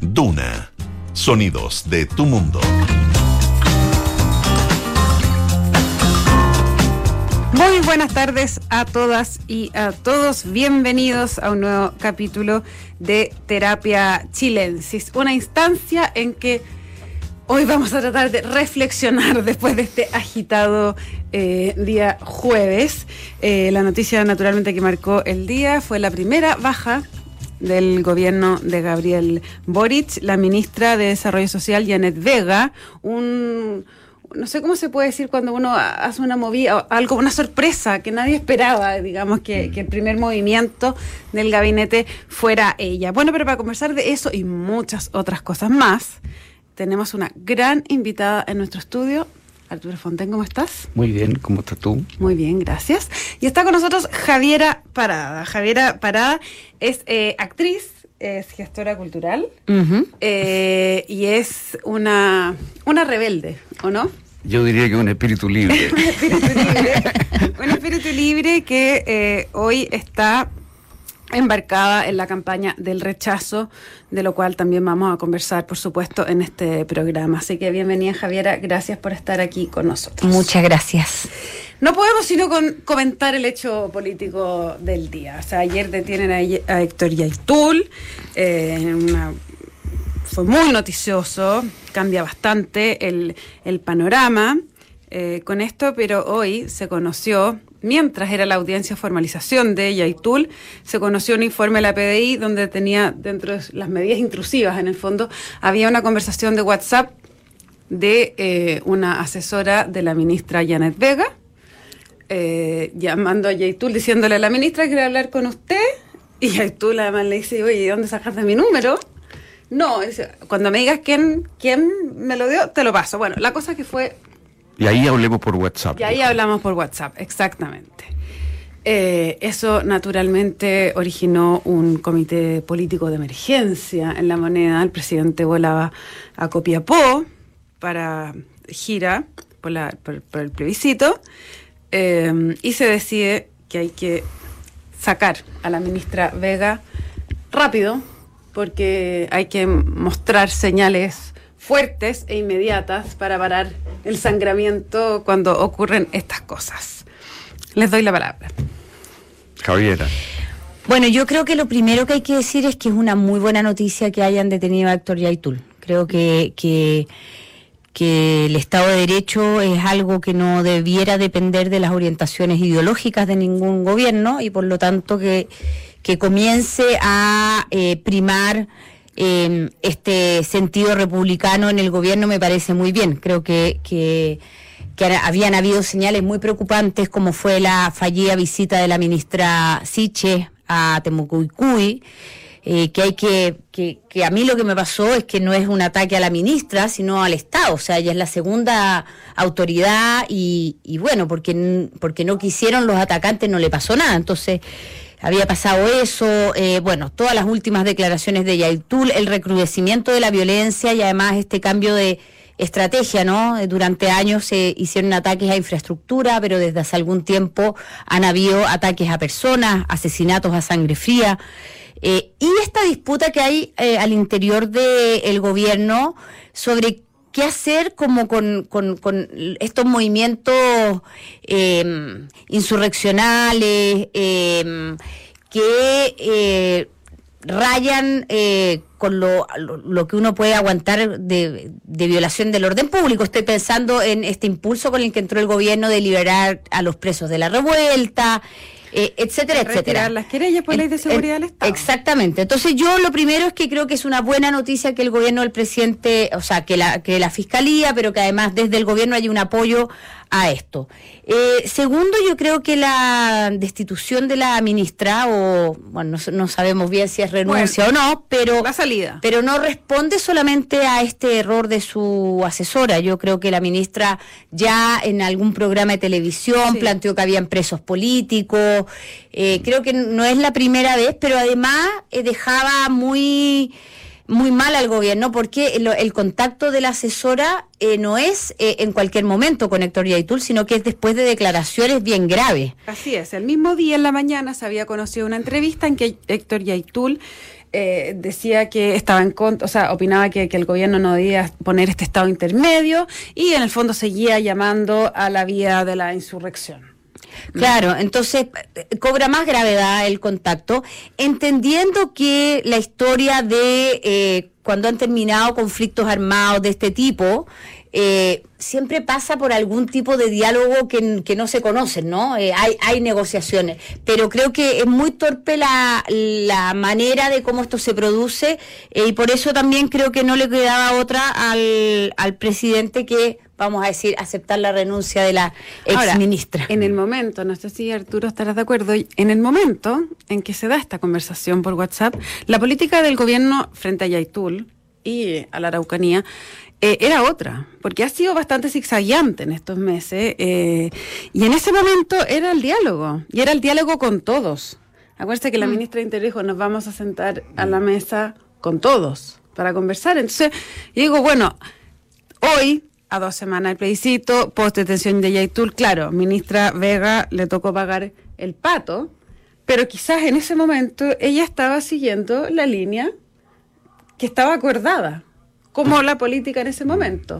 Duna. Sonidos de tu mundo. Muy buenas tardes a todas y a todos. Bienvenidos a un nuevo capítulo de Terapia Chilensis, una instancia en que hoy vamos a tratar de reflexionar después de este agitado día jueves. La noticia naturalmente que marcó el día fue la primera baja del gobierno de Gabriel Boric, la ministra de Desarrollo Social, Janet Vega, no sé cómo se puede decir cuando uno hace una movida, algo, una sorpresa que nadie esperaba, digamos, que el primer movimiento del gabinete fuera ella. Bueno, pero para conversar de eso y muchas otras cosas más, tenemos una gran invitada en nuestro estudio. Arturo Fonten, ¿cómo estás? Muy bien, ¿cómo estás tú? Muy bien, gracias. Y está con nosotros Javiera Parada. Javiera Parada es actriz, es gestora cultural, y es una rebelde, ¿o no? Yo diría que un espíritu libre. Un espíritu libre que hoy está embarcada en la campaña del rechazo, de lo cual también vamos a conversar, por supuesto, en este programa. Así que bienvenida, Javiera, gracias por estar aquí con nosotros. Muchas gracias. No podemos sino comentar el hecho político del día. O sea, ayer detienen a Héctor Yaitul, fue muy noticioso, cambia bastante el panorama con esto, pero hoy se conoció, mientras era la audiencia de formalización de Yaitul, se conoció un informe de la PDI donde tenía, dentro de las medidas intrusivas, en el fondo, había una conversación de WhatsApp de una asesora de la ministra Janet Vega, llamando a Yaitul, diciéndole a la ministra, quiero hablar con usted, y Yaitul además le dice, oye, ¿de dónde sacaste mi número? No, cuando me digas quién me lo dio, te lo paso. Bueno, la cosa que fue... Y ahí hablemos por WhatsApp. Y ahí hablamos por WhatsApp, exactamente. Eso naturalmente originó un comité político de emergencia en La Moneda. El presidente volaba a Copiapó para gira por el plebiscito, y se decide que hay que sacar a la ministra Vega rápido, porque hay que mostrar señales fuertes e inmediatas para parar el sangramiento cuando ocurren estas cosas. Les doy la palabra. Javiera. Bueno, yo creo que lo primero que hay que decir es que es una muy buena noticia que hayan detenido a Héctor Yaitul. Creo que el Estado de Derecho es algo que no debiera depender de las orientaciones ideológicas de ningún gobierno y por lo tanto que comience a primar este sentido republicano en el gobierno me parece muy bien. Creo que habían habido señales muy preocupantes, como fue la fallida visita de la ministra Siche a Temucuicui, que a mí lo que me pasó es que no es un ataque a la ministra, sino al Estado. O sea, ella es la segunda autoridad y bueno, porque no quisieron los atacantes, no le pasó nada. Entonces había pasado eso, bueno, todas las últimas declaraciones de Yaitul, el recrudecimiento de la violencia y además este cambio de estrategia, ¿no? Durante años se hicieron ataques a infraestructura, pero desde hace algún tiempo han habido ataques a personas, asesinatos a sangre fría, y esta disputa que hay al interior del gobierno sobre qué hacer como con estos movimientos insurreccionales que rayan con lo que uno puede aguantar de violación del orden público. Estoy pensando en este impulso con el que entró el gobierno de liberar a los presos de la revuelta, etcétera, etcétera. Retirar las querellas por ley de seguridad del Estado. Exactamente. Entonces yo lo primero es que creo que es una buena noticia que el gobierno del presidente, o sea, que la fiscalía, pero que además desde el gobierno haya un apoyo a esto. Segundo, yo creo que la destitución de la ministra, o bueno, no sabemos bien si es renuncia o no, pero la salida. Pero no responde solamente a este error de su asesora. Yo creo que la ministra ya en algún programa de televisión planteó que habían presos políticos. Creo que no es la primera vez, pero además dejaba muy mal al gobierno, porque el contacto de la asesora no es en cualquier momento con Héctor Yaitul, sino que es después de declaraciones bien graves. Así es, el mismo día en la mañana se había conocido una entrevista en que Héctor Yaitul decía que estaba en contra, o sea, opinaba que el gobierno no debía poner este estado intermedio y en el fondo seguía llamando a la vía de la insurrección. Claro, entonces cobra más gravedad el contacto, entendiendo que la historia de cuando han terminado conflictos armados de este tipo, siempre pasa por algún tipo de diálogo que no se conocen, ¿no? Hay negociaciones, pero creo que es muy torpe la manera de cómo esto se produce, y por eso también creo que no le quedaba otra al presidente que, vamos a decir, aceptar la renuncia de la ex ministra. En el momento, no sé si Arturo estarás de acuerdo, en el momento en que se da esta conversación por WhatsApp, la política del gobierno frente a Yaitul y a la Araucanía era otra, porque ha sido bastante zigzagueante en estos meses, y en ese momento era el diálogo, y era el diálogo con todos. Acuérdense que la ministra de Interior dijo, nos vamos a sentar a la mesa con todos para conversar. Entonces, yo digo, bueno, hoy, a 2 semanas del plebiscito, post-detención de Yaitul, claro, ministra Vega le tocó pagar el pato, pero quizás en ese momento ella estaba siguiendo la línea que estaba acordada, como la política en ese momento.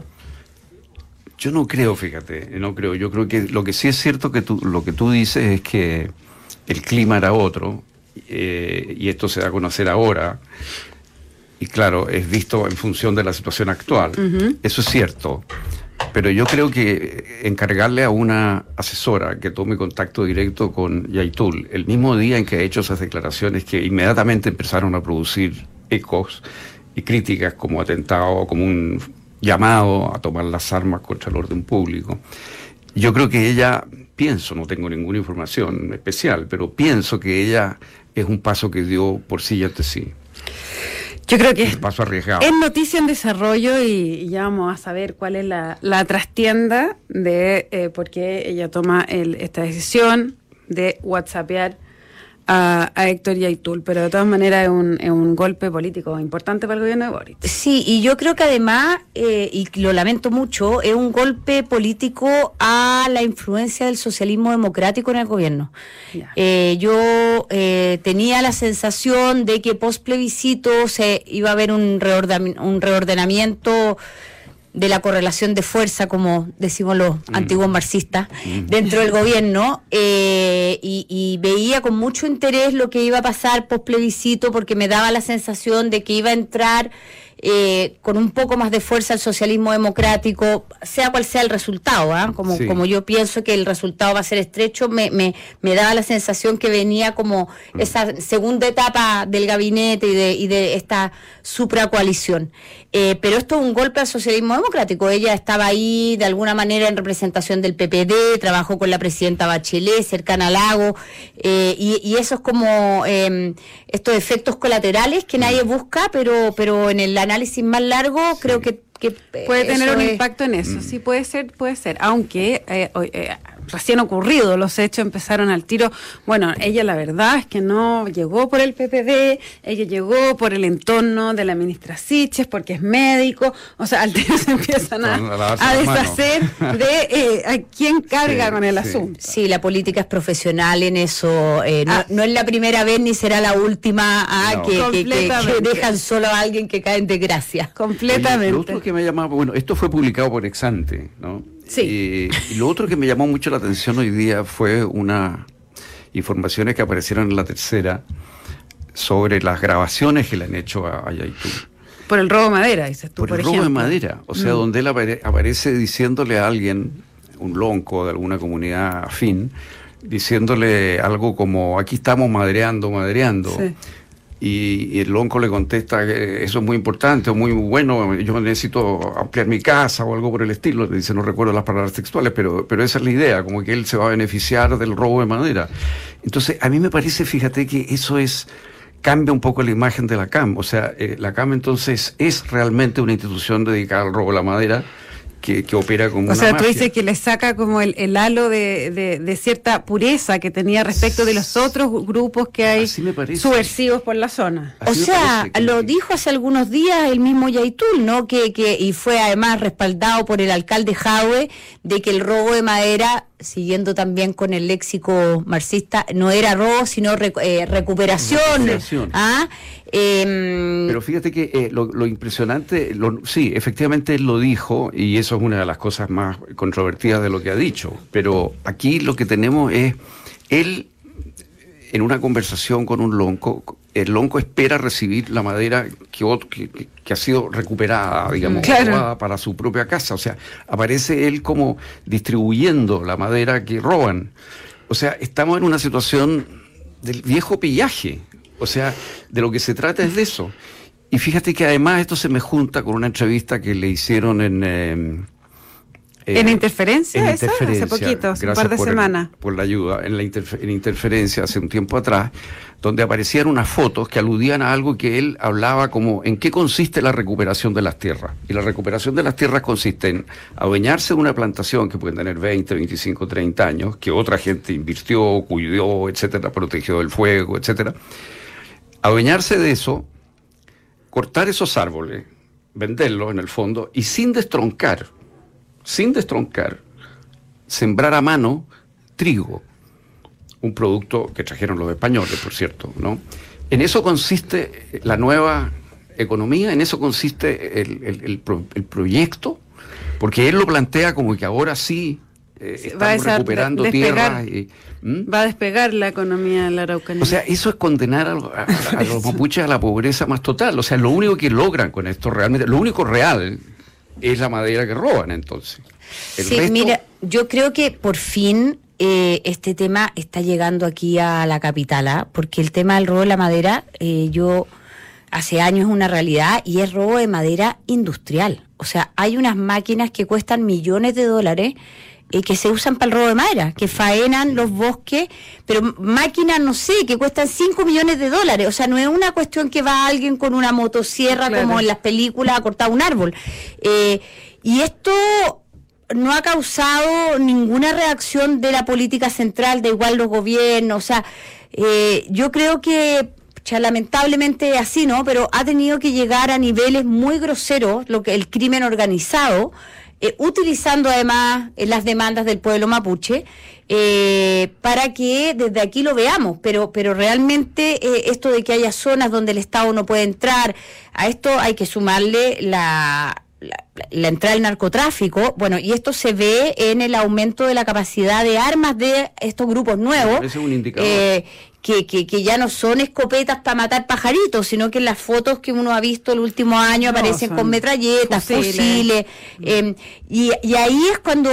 Yo no creo, fíjate, no creo. Yo creo que lo que sí es cierto que lo que tú dices es que el clima era otro, y esto se da a conocer ahora, y claro, es visto en función de la situación actual. Uh-huh. Eso es cierto. Pero yo creo que encargarle a una asesora que tome contacto directo con Yaitul, el mismo día en que ha hecho esas declaraciones que inmediatamente empezaron a producir ecos y críticas como atentado, como un llamado a tomar las armas contra el orden público. Yo creo que ella, no tengo ninguna información especial, pero pienso que ella es un paso que dio por sí y ante sí. Yo creo que un paso arriesgado. Es noticia en desarrollo y ya vamos a saber cuál es la trastienda de por qué ella toma esta decisión de whatsappear a Héctor Yaitul, pero de todas maneras es un golpe político importante para el gobierno de Boric. Sí, y yo creo que además, y lo lamento mucho, es un golpe político a la influencia del socialismo democrático en el gobierno. Yo tenía la sensación de que post plebiscito se iba a haber un reordenamiento de la correlación de fuerza, como decimos los antiguos marxistas, dentro del gobierno, y veía con mucho interés lo que iba a pasar post plebiscito, porque me daba la sensación de que iba a entrar con un poco más de fuerza el socialismo democrático, sea cual sea el resultado, como yo pienso que el resultado va a ser estrecho, me daba la sensación que venía como esa segunda etapa del gabinete y de esta supracoalición. Pero esto es un golpe al socialismo democrático. Ella estaba ahí de alguna manera en representación del PPD, trabajó con la presidenta Bachelet, cercana al Lago, y eso es como estos efectos colaterales que nadie busca, pero en el análisis más largo creo que puede tener un impacto en eso. Sí, puede ser, aunque recién ocurrido los hechos empezaron al tiro. Bueno, ella la verdad es que no llegó por el PPD, ella llegó por el entorno de la ministra Siches, porque es médico, o sea, al tiro se empiezan a deshacer de a quién carga con el asunto. Sí, la política es profesional en eso, no es la primera vez ni será la última que dejan solo a alguien que cae en desgracia. Completamente. Oye, lo otro que me llamaba, bueno, esto fue publicado por Exante, ¿no? Sí. Y lo otro que me llamó mucho la atención hoy día fue unas informaciones que aparecieron en La Tercera sobre las grabaciones que le han hecho a Yaitul. Por el robo de madera, dices tú, por ejemplo. Por el robo de madera, o sea, donde él aparece diciéndole a alguien, un lonco de alguna comunidad afín, diciéndole algo como, aquí estamos madreando. Sí. Y el lonco le contesta que eso es muy importante o muy bueno, yo necesito ampliar mi casa o algo por el estilo. Le dice, no recuerdo las palabras textuales, pero esa es la idea, como que él se va a beneficiar del robo de madera. Entonces, a mí me parece, fíjate, que eso cambia un poco la imagen de la CAM. O sea, la CAM entonces es realmente una institución dedicada al robo de la madera, que opera como o una sea, mafia. tú dices que le saca como el halo de cierta pureza que tenía respecto de los otros grupos que hay Así me parece. subversivos por la zona. Así O me sea, parece que- lo dijo hace algunos días el mismo Yaitul, ¿no? Y fue además respaldado por el alcalde Jadwe, de que el robo de madera, siguiendo también con el léxico marxista, no era robo, sino recuperación. Recuperación. ¿Ah? Pero fíjate que lo impresionante, sí, efectivamente él lo dijo, y eso es una de las cosas más controvertidas de lo que ha dicho, pero aquí lo que tenemos es, él, en una conversación con un lonco, el lonco espera recibir la madera que ha sido recuperada, digamos, Claro. robada para su propia casa. O sea, aparece él como distribuyendo la madera que roban. O sea, estamos en una situación del viejo pillaje. O sea, de lo que se trata es de eso. Y fíjate que además esto se me junta con una entrevista que le hicieron ¿En Interferencia esa? Hace poquito, hace un par de semanas. Por la ayuda, en Interferencia hace un tiempo atrás, donde aparecían unas fotos que aludían a algo que él hablaba como en qué consiste la recuperación de las tierras. Y la recuperación de las tierras consiste en adueñarse de una plantación que puede tener 20, 25, 30 años, que otra gente invirtió, cuidó, etcétera, protegió del fuego, etcétera. Adueñarse de eso, cortar esos árboles, venderlos en el fondo, y sin destroncar, sembrar a mano trigo, un producto que trajeron los españoles, por cierto, ¿no? En eso consiste la nueva economía, en eso consiste el proyecto, porque él lo plantea como que ahora sí estamos recuperando tierras. Va a despegar la economía de la Araucanía. O sea, eso es condenar a los mapuches a la pobreza más total. O sea, lo único que logran con esto realmente, lo único real es la madera que roban, entonces. Sí, mira, yo creo que por fin este tema está llegando aquí a la capital, ¿ah? Porque el tema del robo de la madera, hace años es una realidad, y es robo de madera industrial. O sea, hay unas máquinas que cuestan millones de dólares que se usan para el robo de madera, que faenan los bosques, pero máquinas, no sé, que cuestan 5 millones de dólares. O sea, no es una cuestión que va alguien con una motosierra, claro, como en las películas, a cortar un árbol. Y esto no ha causado ninguna reacción de la política central, de igual los gobiernos. O sea, yo creo que lamentablemente así, ¿no? Pero ha tenido que llegar a niveles muy groseros lo que el crimen organizado, utilizando además las demandas del pueblo mapuche, para que desde aquí lo veamos, pero realmente esto de que haya zonas donde el Estado no puede entrar, a esto hay que sumarle la entrada del narcotráfico, bueno, y esto se ve en el aumento de la capacidad de armas de estos grupos nuevos, es un indicador. Que ya no son escopetas para matar pajaritos, sino que en las fotos que uno ha visto el último año aparecen con metralletas, fusiles, y ahí es cuando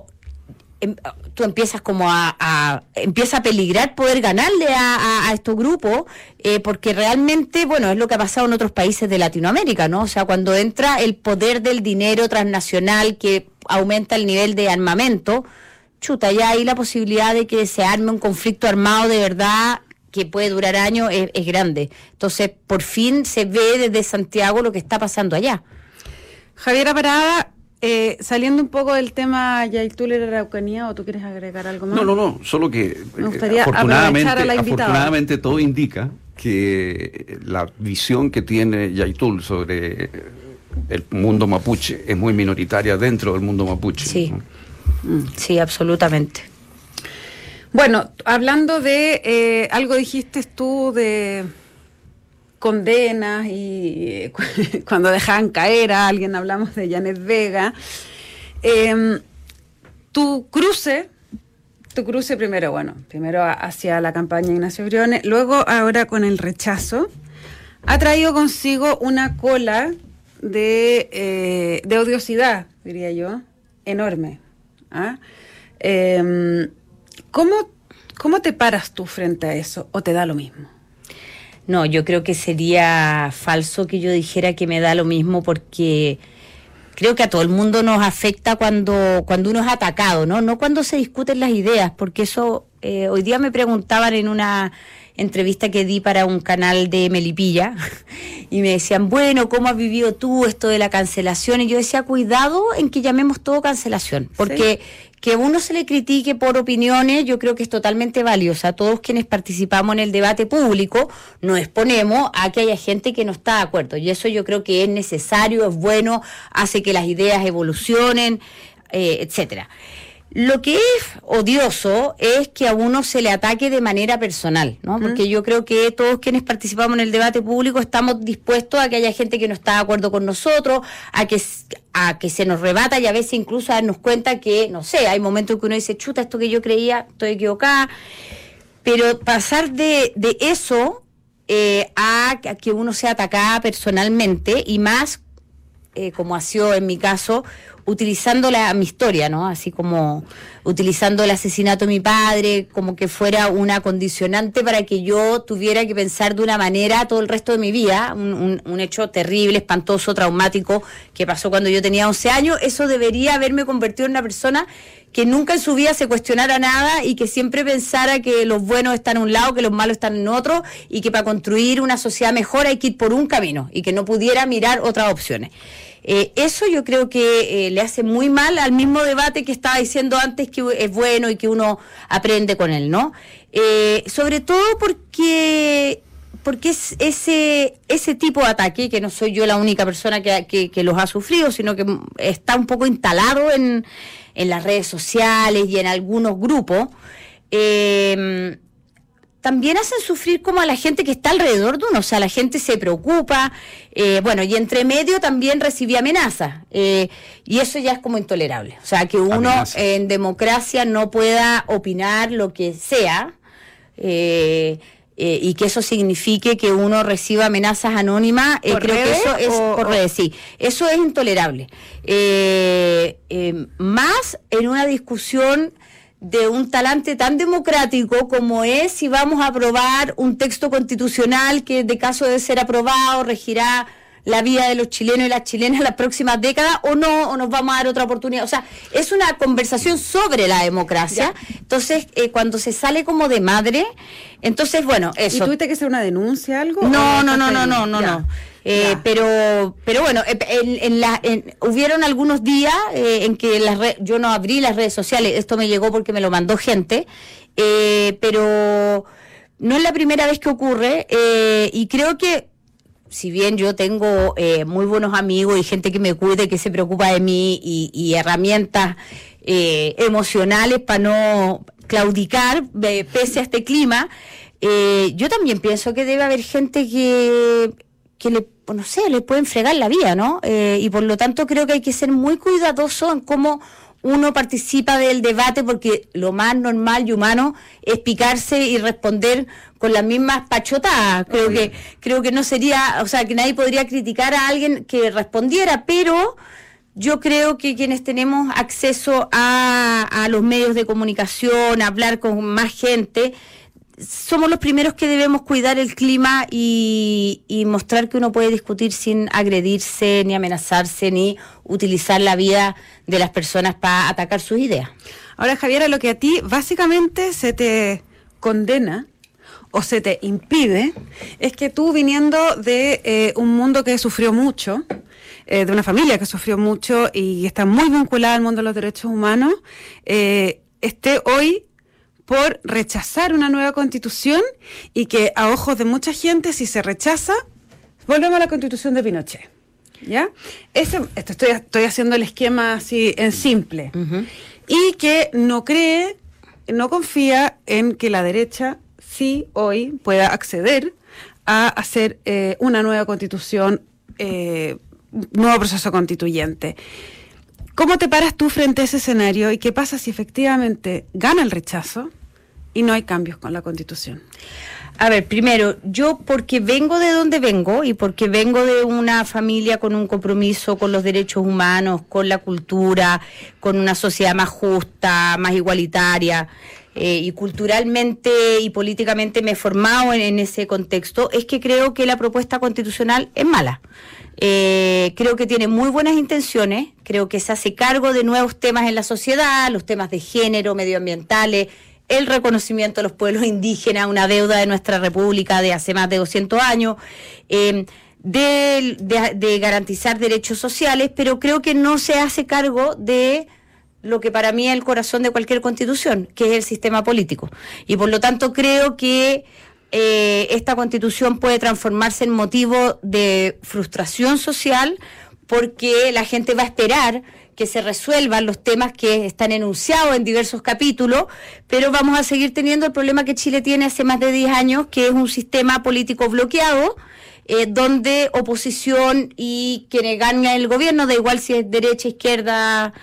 tú empiezas como empieza a peligrar poder ganarle a estos grupos, porque realmente, bueno, es lo que ha pasado en otros países de Latinoamérica, ¿no? O sea, cuando entra el poder del dinero transnacional que aumenta el nivel de armamento, chuta, ya hay la posibilidad de que se arme un conflicto armado de verdad que puede durar años, es grande. Entonces, por fin se ve desde Santiago lo que está pasando allá. Javiera Parada, saliendo un poco del tema Yaitul y la Araucanía, ¿o tú quieres agregar algo más? No, solo que me gustaría aprovechar a la invitada. Afortunadamente todo indica que la visión que tiene Yaitul sobre el mundo mapuche es muy minoritaria dentro del mundo mapuche. Sí. ¿no? Sí, absolutamente. Bueno, hablando de algo dijiste tú de condenas y cuando dejaban caer a alguien, hablamos de Janet Vega. Tu cruce primero hacia la campaña Ignacio Briones, luego ahora con el rechazo, ha traído consigo una cola de odiosidad, diría yo, enorme. ¿Ah? ¿Cómo te paras tú frente a eso? ¿O te da lo mismo? No, yo creo que sería falso que yo dijera que me da lo mismo, porque creo que a todo el mundo nos afecta cuando uno es atacado, ¿no? No cuando se discuten las ideas, porque eso, hoy día me preguntaban en una entrevista que di para un canal de Melipilla y me decían, bueno, ¿cómo has vivido tú esto de la cancelación? Y yo decía, cuidado en que llamemos todo cancelación, porque que uno se le critique por opiniones, yo creo que es totalmente valiosa. Todos quienes participamos en el debate público nos exponemos a que haya gente que no está de acuerdo, y eso yo creo que es necesario, es bueno, hace que las ideas evolucionen, etcétera. Lo que es odioso es que a uno se le ataque de manera personal, ¿no? Porque yo creo que todos quienes participamos en el debate público estamos dispuestos a que haya gente que no está de acuerdo con nosotros, a que se nos rebata, y a veces incluso a darnos cuenta que, no sé, hay momentos en que uno dice, chuta, esto que yo creía, estoy equivocada. Pero pasar de eso a que uno sea atacada personalmente, y más, como ha sido en mi caso, utilizando mi historia, ¿no? Así como utilizando el asesinato de mi padre como que fuera una condicionante para que yo tuviera que pensar de una manera todo el resto de mi vida, un hecho terrible, espantoso, traumático, que pasó cuando yo tenía 11 años. Eso debería haberme convertido en una persona que nunca en su vida se cuestionara nada y que siempre pensara que los buenos están en un lado, que los malos están en otro, y que para construir una sociedad mejor hay que ir por un camino y que no pudiera mirar otras opciones. Eso yo creo que le hace muy mal al mismo debate que estaba diciendo antes, que es bueno y que uno aprende con él, ¿no? Sobre todo porque es ese tipo de ataque, que no soy yo la única persona que los ha sufrido, sino que está un poco instalado en las redes sociales y en algunos grupos, también hacen sufrir como a la gente que está alrededor de uno. O sea, la gente se preocupa, y entre medio también recibí amenazas, y eso ya es como intolerable. O sea, que uno en democracia no pueda opinar lo que sea, y que eso signifique que uno reciba amenazas anónimas, creo que eso es por redes, sí, eso es intolerable. Más en una discusión de un talante tan democrático como es si vamos a aprobar un texto constitucional que, de caso de ser aprobado, regirá la vida de los chilenos y las chilenas en las próximas décadas, o no, o nos vamos a dar otra oportunidad. O sea, es una conversación sobre la democracia. Ya. Entonces, cuando se sale como de madre, entonces, bueno, eso. ¿Y tuviste que hacer una denuncia, algo? No. Pero bueno, hubieron algunos días en que yo no abrí las redes sociales. Esto me llegó porque me lo mandó gente, pero no es la primera vez que ocurre, y creo que, si bien yo tengo muy buenos amigos y gente que me cuida y que se preocupa de mí, y herramientas emocionales para no claudicar pese a este clima, yo también pienso que debe haber gente que le pueden fregar la vida, ¿no? Y por lo tanto creo que hay que ser muy cuidadoso en cómo uno participa del debate, porque lo más normal y humano es picarse y responder con las mismas pachotadas. Creo que no sería, o sea, que nadie podría criticar a alguien que respondiera, pero yo creo que quienes tenemos acceso a los medios de comunicación, a hablar con más gente, somos los primeros que debemos cuidar el clima y mostrar que uno puede discutir sin agredirse, ni amenazarse, ni utilizar la vida de las personas para atacar sus ideas. Ahora, Javiera, lo que a ti básicamente se te condena o se te impide es que tú, viniendo de un mundo que sufrió mucho, de una familia que sufrió mucho y está muy vinculada al mundo de los derechos humanos, esté hoy por rechazar una nueva constitución, y que a ojos de mucha gente, si se rechaza, volvemos a la constitución de Pinochet, ¿ya? Estoy haciendo el esquema así en simple. Uh-huh. Y que no confía en que la derecha sí hoy pueda acceder a hacer una nueva constitución, un nuevo proceso constituyente. ¿Cómo te paras tú frente a ese escenario, y qué pasa si efectivamente gana el rechazo y no hay cambios con la Constitución? A ver, primero, yo, porque vengo de donde vengo y porque vengo de una familia con un compromiso con los derechos humanos, con la cultura, con una sociedad más justa, más igualitaria, y culturalmente y políticamente me he formado en ese contexto, es que creo que la propuesta constitucional es mala. Creo que tiene muy buenas intenciones, creo que se hace cargo de nuevos temas en la sociedad, los temas de género, medioambientales, el reconocimiento de los pueblos indígenas, una deuda de nuestra república de hace más de 200 años, de garantizar derechos sociales, pero creo que no se hace cargo de lo que para mí es el corazón de cualquier constitución, que es el sistema político. Y por lo tanto creo que esta constitución puede transformarse en motivo de frustración social, porque la gente va a esperar que se resuelvan los temas que están enunciados en diversos capítulos, pero vamos a seguir teniendo el problema que Chile tiene hace más de 10 años, que es un sistema político bloqueado, donde oposición y quienes ganan el gobierno, da igual si es derecha, izquierda,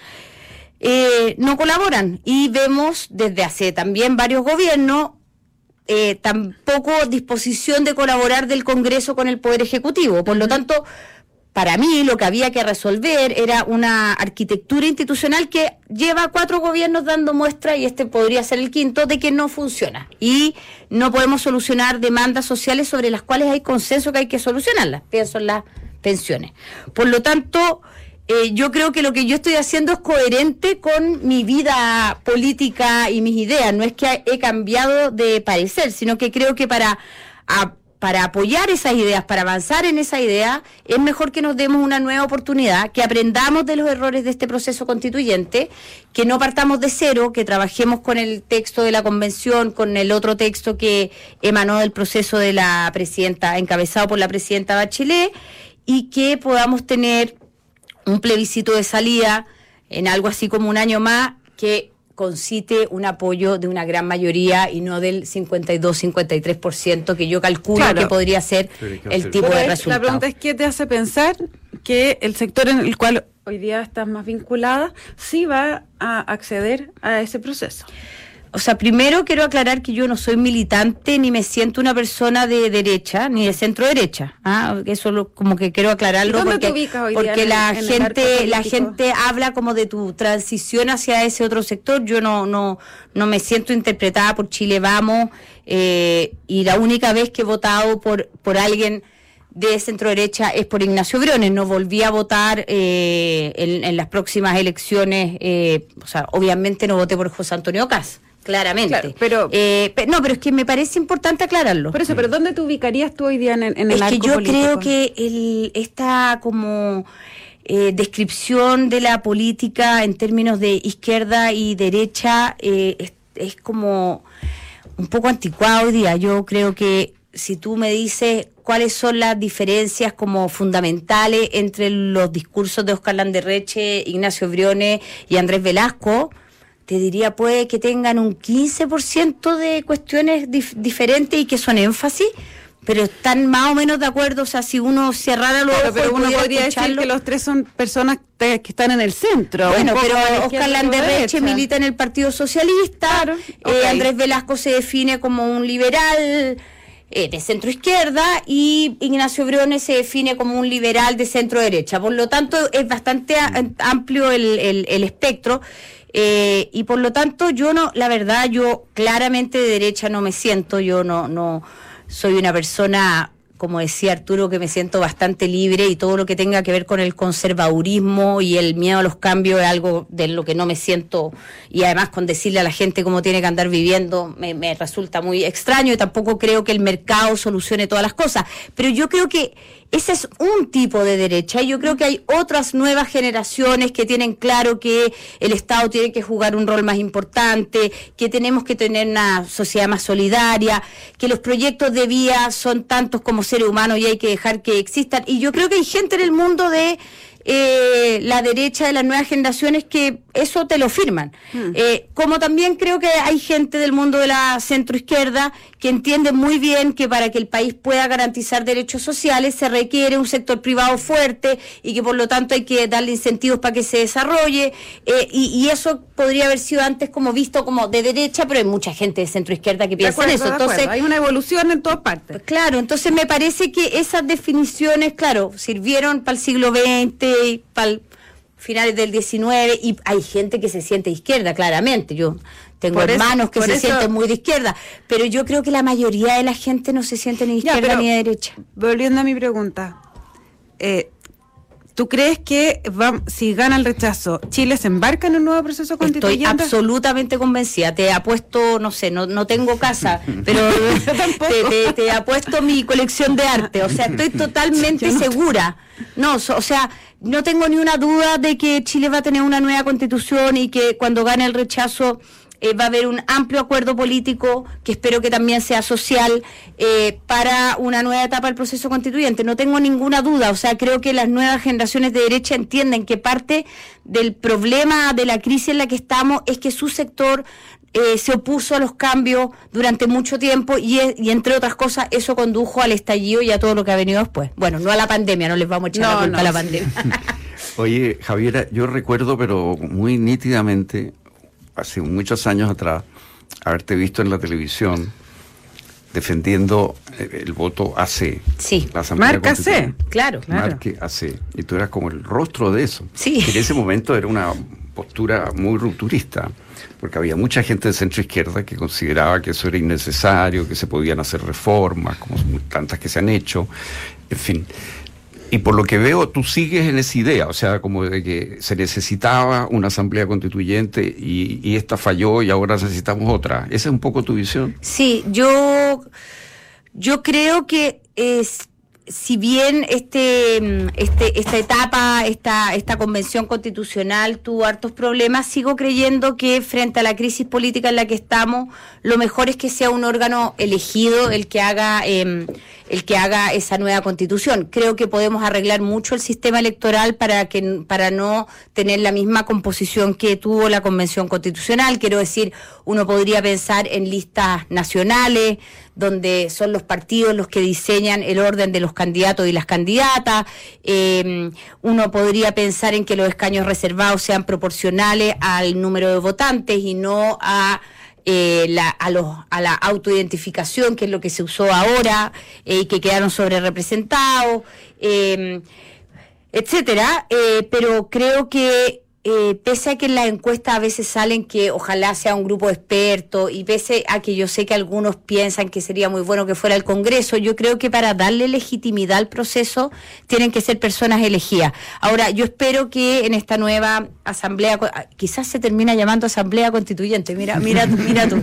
no colaboran. Y vemos desde hace también varios gobiernos tampoco disposición de colaborar del Congreso con el Poder Ejecutivo. Por lo tanto, para mí lo que había que resolver era una arquitectura institucional que lleva 4 gobiernos dando muestra, y este podría ser el quinto, de que no funciona. Y no podemos solucionar demandas sociales sobre las cuales hay consenso que hay que solucionarlas. Pienso en las pensiones. Por lo tanto, yo creo que lo que yo estoy haciendo es coherente con mi vida política y mis ideas. No es que he cambiado de parecer, sino que creo que para apoyar esas ideas, para avanzar en esa idea, es mejor que nos demos una nueva oportunidad, que aprendamos de los errores de este proceso constituyente, que no partamos de cero, que trabajemos con el texto de la convención, con el otro texto que emanó del proceso de la presidenta, encabezado por la presidenta Bachelet, y que podamos tener un plebiscito de salida en algo así como un año más, que concite un apoyo de una gran mayoría y no del 52-53% que yo calculo que podría ser el tipo de resultado. La pregunta es, ¿qué te hace pensar que el sector en el cual hoy día estás más vinculada sí va a acceder a ese proceso? O sea, primero quiero aclarar que yo no soy militante ni me siento una persona de derecha ni de centro derecha. Eso como que quiero aclararlo, porque la gente habla como de tu transición hacia ese otro sector. Yo no me siento interpretada por Chile Vamos, y la única vez que he votado por alguien de centro derecha es por Ignacio Briones. No volví a votar en las próximas elecciones, o sea, obviamente no voté por José Antonio Kast. Claramente. Claro, pero es que me parece importante aclararlo. Por eso, pero ¿dónde te ubicarías tú hoy día en el arco político? Es que yo creo que esta como descripción de la política en términos de izquierda y derecha es como un poco anticuada hoy día. Yo creo que si tú me dices cuáles son las diferencias como fundamentales entre los discursos de Óscar Landerreche, Ignacio Briones y Andrés Velasco, te diría, puede que tengan un 15% de cuestiones diferentes y que son énfasis, pero están más o menos de acuerdo. O sea, si uno cerrara los ojos, pero uno podría decir que los tres son personas que están en el centro. Bueno, pero Óscar Landerreche milita en el Partido Socialista, claro, Andrés Velasco se define como un liberal de centro izquierda, y Ignacio Briones se define como un liberal de centro derecha. Por lo tanto, es bastante amplio el espectro. Y por lo tanto yo claramente de derecha no me siento. Yo no soy una persona, como decía Arturo, que me siento bastante libre, y todo lo que tenga que ver con el conservadurismo y el miedo a los cambios es algo de lo que no me siento, y además con decirle a la gente cómo tiene que andar viviendo me resulta muy extraño, y tampoco creo que el mercado solucione todas las cosas, pero yo creo que ese es un tipo de derecha, y yo creo que hay otras nuevas generaciones que tienen claro que el Estado tiene que jugar un rol más importante, que tenemos que tener una sociedad más solidaria, que los proyectos de vida son tantos como seres humanos y hay que dejar que existan. Y yo creo que hay gente en el mundo de la derecha, de las nuevas generaciones, que eso te lo firman. Como también creo que hay gente del mundo de la centroizquierda que entiende muy bien que para que el país pueda garantizar derechos sociales se requiere un sector privado fuerte, y que por lo tanto hay que darle incentivos para que se desarrolle, y eso podría haber sido antes como visto como de derecha, pero hay mucha gente de centroizquierda que piensa en eso. Entonces hay una evolución en todas partes. Claro, entonces me parece que esas definiciones, claro, sirvieron para el siglo XX y para finales del XIX, y hay gente que se siente de izquierda, claramente. Yo tengo hermanos que se sienten muy de izquierda, pero yo creo que la mayoría de la gente no se siente ni de izquierda ni de derecha. Volviendo a mi pregunta, ¿Tú crees que si gana el rechazo, Chile se embarca en un nuevo proceso constituyente? Estoy absolutamente convencida. Te apuesto, no sé, no tengo casa, pero te apuesto mi colección de arte. O sea, estoy totalmente segura. No, o sea, no tengo ni una duda de que Chile va a tener una nueva constitución y que cuando gane el rechazo va a haber un amplio acuerdo político, que espero que también sea social, para una nueva etapa del proceso constituyente. No tengo ninguna duda. O sea, creo que las nuevas generaciones de derecha entienden que parte del problema de la crisis en la que estamos es que su sector se opuso a los cambios durante mucho tiempo y entre otras cosas eso condujo al estallido y a todo lo que ha venido después. Bueno, no a la pandemia, no les vamos a echar la culpa a la pandemia. Oye, Javiera, yo recuerdo, pero muy nítidamente, hace muchos años atrás, haberte visto en la televisión defendiendo el voto AC. Sí. La Asamblea Marca C, claro. Marque AC. Y tú eras como el rostro de eso. Sí. En ese momento era una postura muy rupturista, porque había mucha gente de centro izquierda que consideraba que eso era innecesario, que se podían hacer reformas, como tantas que se han hecho, en fin. Y por lo que veo, tú sigues en esa idea, o sea, como de que se necesitaba una asamblea constituyente y esta falló y ahora necesitamos otra. ¿Esa es un poco tu visión? Sí, yo creo que si bien esta etapa, esta convención constitucional tuvo hartos problemas, sigo creyendo que frente a la crisis política en la que estamos, lo mejor es que sea un órgano elegido el que haga esa nueva constitución. Creo que podemos arreglar mucho el sistema electoral para no tener la misma composición que tuvo la convención constitucional. Quiero decir, uno podría pensar en listas nacionales, donde son los partidos los que diseñan el orden de los candidatos y las candidatas. Uno podría pensar en que los escaños reservados sean proporcionales al número de votantes y no a la autoidentificación, que es lo que se usó ahora, y que quedaron sobre representados, etcétera. Pero creo que pese a que en las encuestas a veces salen que ojalá sea un grupo de expertos, y pese a que yo sé que algunos piensan que sería muy bueno que fuera el Congreso, yo creo que para darle legitimidad al proceso tienen que ser personas elegidas. Ahora, yo espero que en esta nueva asamblea, quizás se termina llamando asamblea constituyente, mira tú.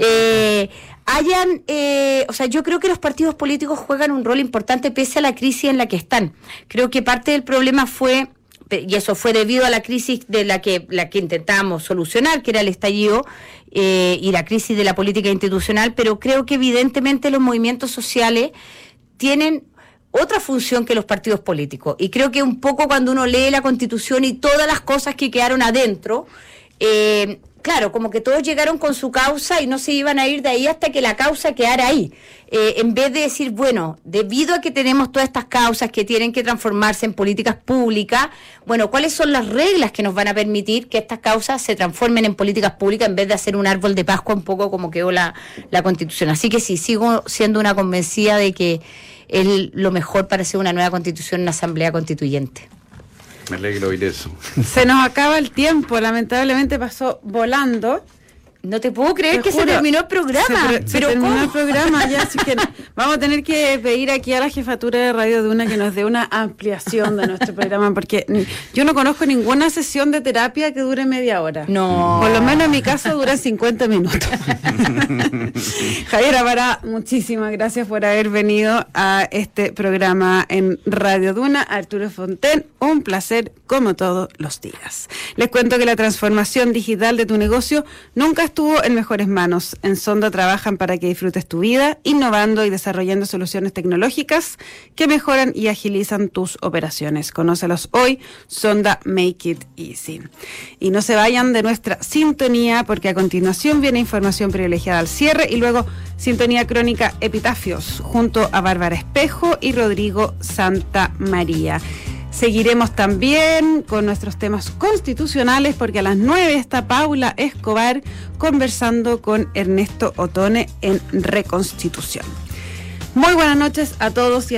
O sea, yo creo que los partidos políticos juegan un rol importante pese a la crisis en la que están. Creo que parte del problema fue, y eso fue debido a la crisis de la que intentábamos solucionar, que era el estallido y la crisis de la política institucional, pero creo que evidentemente los movimientos sociales tienen otra función que los partidos políticos, y creo que un poco cuando uno lee la Constitución y todas las cosas que quedaron adentro, claro, como que todos llegaron con su causa y no se iban a ir de ahí hasta que la causa quedara ahí. En vez de decir, bueno, debido a que tenemos todas estas causas que tienen que transformarse en políticas públicas, bueno, ¿cuáles son las reglas que nos van a permitir que estas causas se transformen en políticas públicas en vez de hacer un árbol de Pascua un poco como quedó la Constitución? Así que sí, sigo siendo una convencida de que es lo mejor para hacer una nueva Constitución, una asamblea constituyente. Me alegro oír eso. Se nos acaba el tiempo, lamentablemente pasó volando. No te puedo creer que se terminó el programa. Se terminó el programa ya, así que vamos a tener que pedir aquí a la jefatura de Radio Duna que nos dé una ampliación de nuestro programa, porque yo no conozco ninguna sesión de terapia que dure media hora. No. Por lo menos en mi caso dura 50 minutos. Javiera Pará, muchísimas gracias por haber venido a este programa en Radio Duna. Arturo Fonten, un placer como todos los días. Les cuento que la transformación digital de tu negocio nunca estuvo en mejores manos. En Sonda trabajan para que disfrutes tu vida, innovando y desarrollando soluciones tecnológicas que mejoran y agilizan tus operaciones. Conócelos hoy, Sonda Make It Easy. Y no se vayan de nuestra sintonía, porque a continuación viene información privilegiada al cierre y luego sintonía crónica Epitafios junto a Bárbara Espejo y Rodrigo Santa María. Seguiremos también con nuestros temas constitucionales, porque a las 9 está Paula Escobar conversando con Ernesto Otone en Reconstitución. Muy buenas noches a todos y a